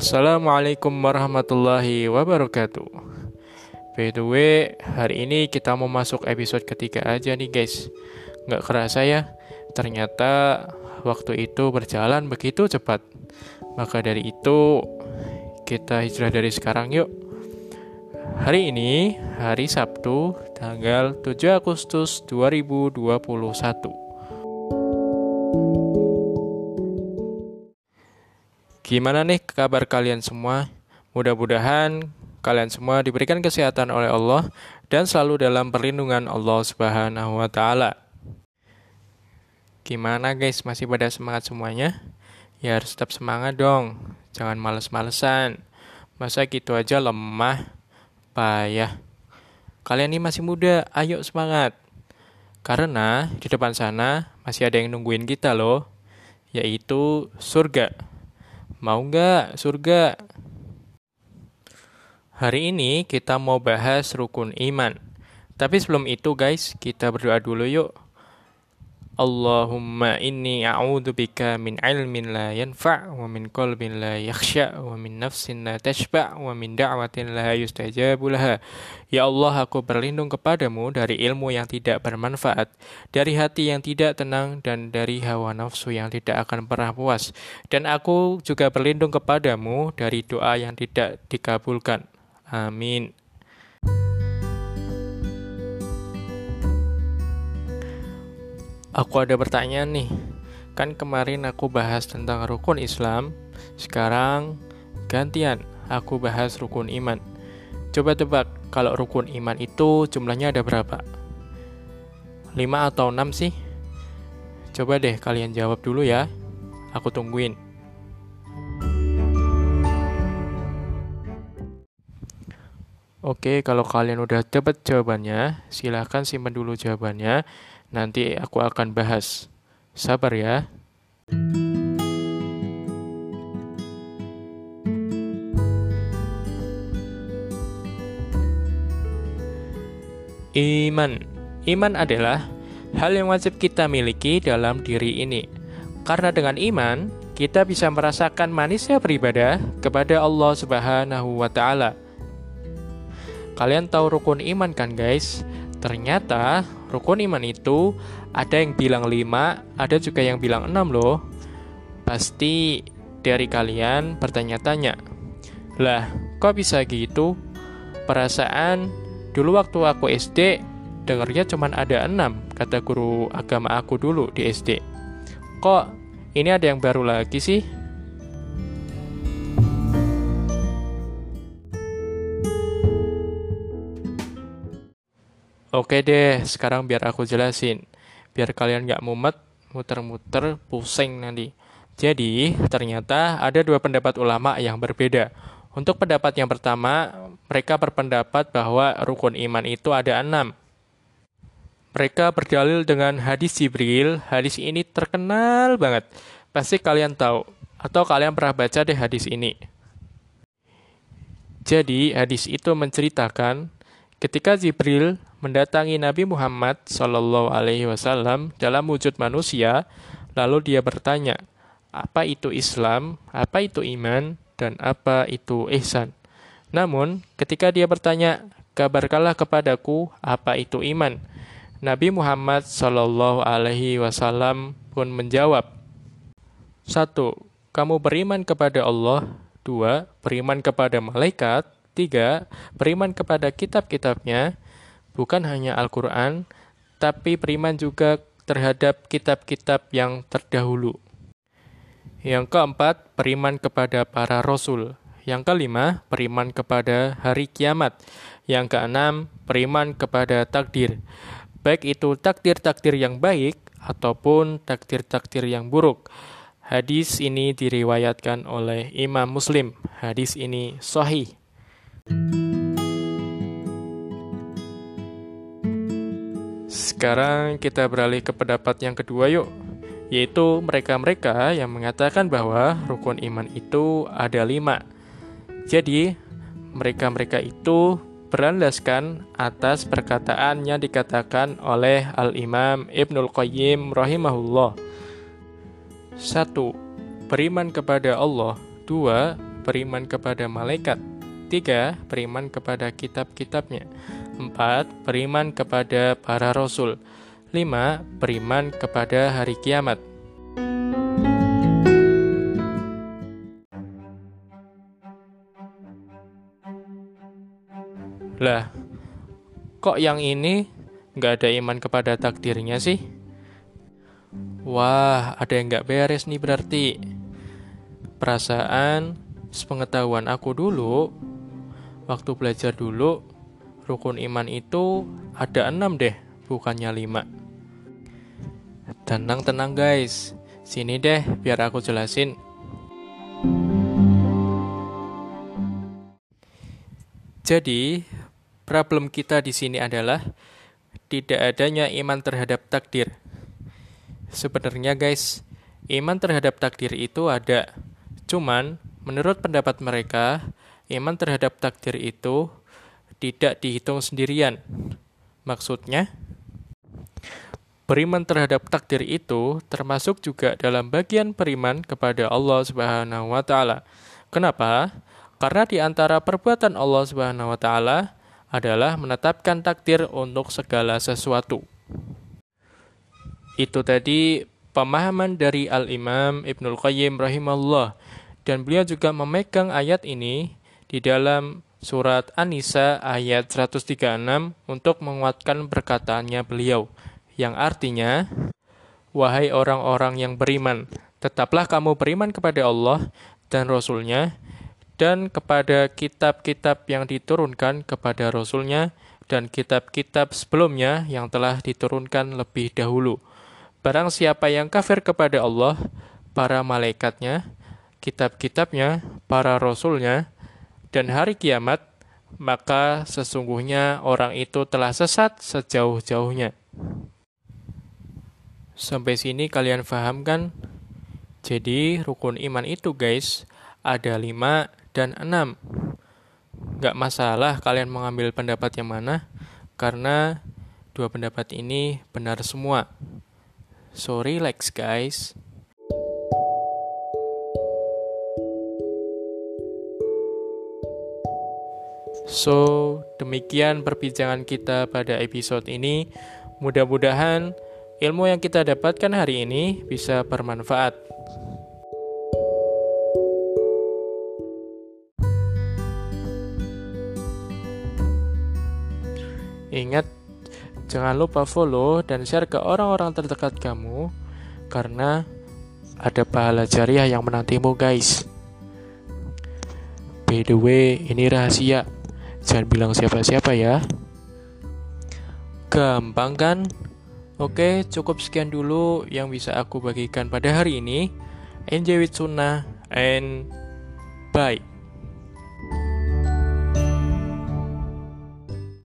Assalamualaikum warahmatullahi wabarakatuh. By the way, hari ini kita mau masuk episode ketiga aja nih guys. Nggak kerasa ya, ternyata waktu itu berjalan begitu cepat. Maka dari itu, kita hijrah dari sekarang yuk. Hari ini, hari Sabtu, tanggal 7 Agustus 2021. Gimana nih kabar kalian semua? Mudah-mudahan kalian semua diberikan kesehatan oleh Allah dan selalu dalam perlindungan Allah Subhanahu wa Ta'ala. Gimana guys, masih pada semangat semuanya? Ya harus tetap semangat dong, jangan males-malesan. Masa gitu aja lemah, payah. Kalian ini masih muda, ayo semangat. Karena di depan sana masih ada yang nungguin kita loh, yaitu surga. Mau nggak surga? Hari ini kita mau bahas rukun iman. Tapi sebelum itu guys, kita berdoa dulu yuk. Allahumma inni a'udzubika min ilmin la yanfa' wa min qalbin la yakhsha' wa min nafsin la tashba' wa min da'watin la yustajabu laha. Ya Allah, aku berlindung kepadamu dari ilmu yang tidak bermanfaat, dari hati yang tidak tenang, dan dari hawa nafsu yang tidak akan pernah puas. Dan aku juga berlindung kepadamu dari doa yang tidak dikabulkan. Amin. Aku ada pertanyaan nih. Kan kemarin aku bahas tentang rukun Islam, sekarang gantian aku bahas rukun iman. Coba tebak, kalau rukun iman itu jumlahnya ada berapa? 5 atau 6 sih? Coba deh kalian jawab dulu ya. Aku tungguin. Oke, kalau kalian udah dapat jawabannya, silahkan simpan dulu jawabannya. Nanti aku akan bahas. Sabar ya. Iman. Iman adalah hal yang wajib kita miliki dalam diri ini. Karena dengan iman, kita bisa merasakan manisnya beribadah kepada Allah Subhanahu wa Ta'ala. Kalian tahu rukun iman kan guys? Ternyata rukun iman itu ada yang bilang 5, ada juga yang bilang 6 loh. Pasti dari kalian bertanya-tanya, lah kok bisa gitu? Perasaan dulu waktu aku SD dengarnya cuma ada 6, kata guru agama aku dulu di SD. Kok ini ada yang baru lagi sih? Oke deh, sekarang biar aku jelasin. Biar kalian gak mumet, muter-muter, pusing nanti. Jadi, ternyata ada 2 pendapat ulama yang berbeda. Untuk pendapat yang pertama, mereka berpendapat bahwa rukun iman itu ada 6. Mereka berdalil dengan hadis Jibril. Hadis ini terkenal banget. Pasti kalian tahu. Atau kalian pernah baca deh hadis ini. Jadi, hadis itu menceritakan ketika Jibril mendatangi Nabi Muhammad SAW dalam wujud manusia, lalu dia bertanya, apa itu Islam, apa itu iman, dan apa itu ihsan. Namun, ketika dia bertanya, kabarkanlah kepadaku apa itu iman, Nabi Muhammad SAW pun menjawab, 1. Kamu beriman kepada Allah. 2. Beriman kepada malaikat. 3. Beriman kepada kitab-kitabnya, bukan hanya Al-Quran, tapi beriman juga terhadap kitab-kitab yang terdahulu. Yang keempat, beriman kepada para rasul. Yang kelima, beriman kepada hari kiamat. Yang keenam, beriman kepada takdir. Baik itu takdir-takdir yang baik ataupun takdir-takdir yang buruk. Hadis ini diriwayatkan oleh Imam Muslim. Hadis ini sahih. Sekarang kita beralih ke pendapat yang kedua yuk, yaitu mereka-mereka yang mengatakan bahwa rukun iman itu ada 5. Jadi, mereka-mereka itu berlandaskan atas perkataan yang dikatakan oleh Al-Imam Ibnul Qayyim rahimahullah. 1. Beriman kepada Allah. 2. beriman kepada malaikat. 3. Beriman kepada kitab-kitabnya. 4. Beriman kepada para rasul. 5. Beriman kepada hari kiamat. Lah, kok yang ini nggak ada iman kepada takdirnya sih? Wah, ada yang nggak beres nih berarti. Perasaan, sepengetahuan aku dulu, waktu belajar dulu, rukun iman itu ada 6 deh, bukannya 5. Tenang-tenang guys, sini deh biar aku jelasin. Jadi, problem kita di sini adalah tidak adanya iman terhadap takdir. Sebenarnya guys, iman terhadap takdir itu ada. Cuman, menurut pendapat mereka, iman terhadap takdir itu tidak dihitung sendirian. Maksudnya, beriman terhadap takdir itu termasuk juga dalam bagian beriman kepada Allah Subhanahu wa taala. Kenapa? Karena di antara perbuatan Allah Subhanahu wa taala adalah menetapkan takdir untuk segala sesuatu. Itu tadi pemahaman dari Al-Imam Ibnul Qayyim rahimahullah, dan beliau juga memegang ayat ini di dalam surat An-Nisa ayat 136 untuk menguatkan perkataannya beliau, yang artinya, wahai orang-orang yang beriman, tetaplah kamu beriman kepada Allah dan Rasul-Nya, dan kepada kitab-kitab yang diturunkan kepada Rasul-Nya, dan kitab-kitab sebelumnya yang telah diturunkan lebih dahulu. Barang siapa yang kafir kepada Allah, para malaikatnya, kitab-kitabnya, para Rasul-Nya, dan hari kiamat, maka sesungguhnya orang itu telah sesat sejauh-jauhnya. Sampai sini kalian paham kan? Jadi rukun iman itu guys, ada 5 dan 6. Gak masalah kalian mengambil pendapat yang mana, karena 2 pendapat ini benar semua. So relax guys. So, demikian perbincangan kita pada episode ini. Mudah-mudahan ilmu yang kita dapatkan hari ini bisa bermanfaat. Ingat, jangan lupa follow dan share ke orang-orang terdekat kamu, karena ada pahala jariah yang menantimu guys. By the way, ini rahasia. Jangan bilang siapa-siapa ya. Gampang kan? Oke, cukup sekian dulu yang bisa aku bagikan pada hari ini. Enjoy with sunnah and bye.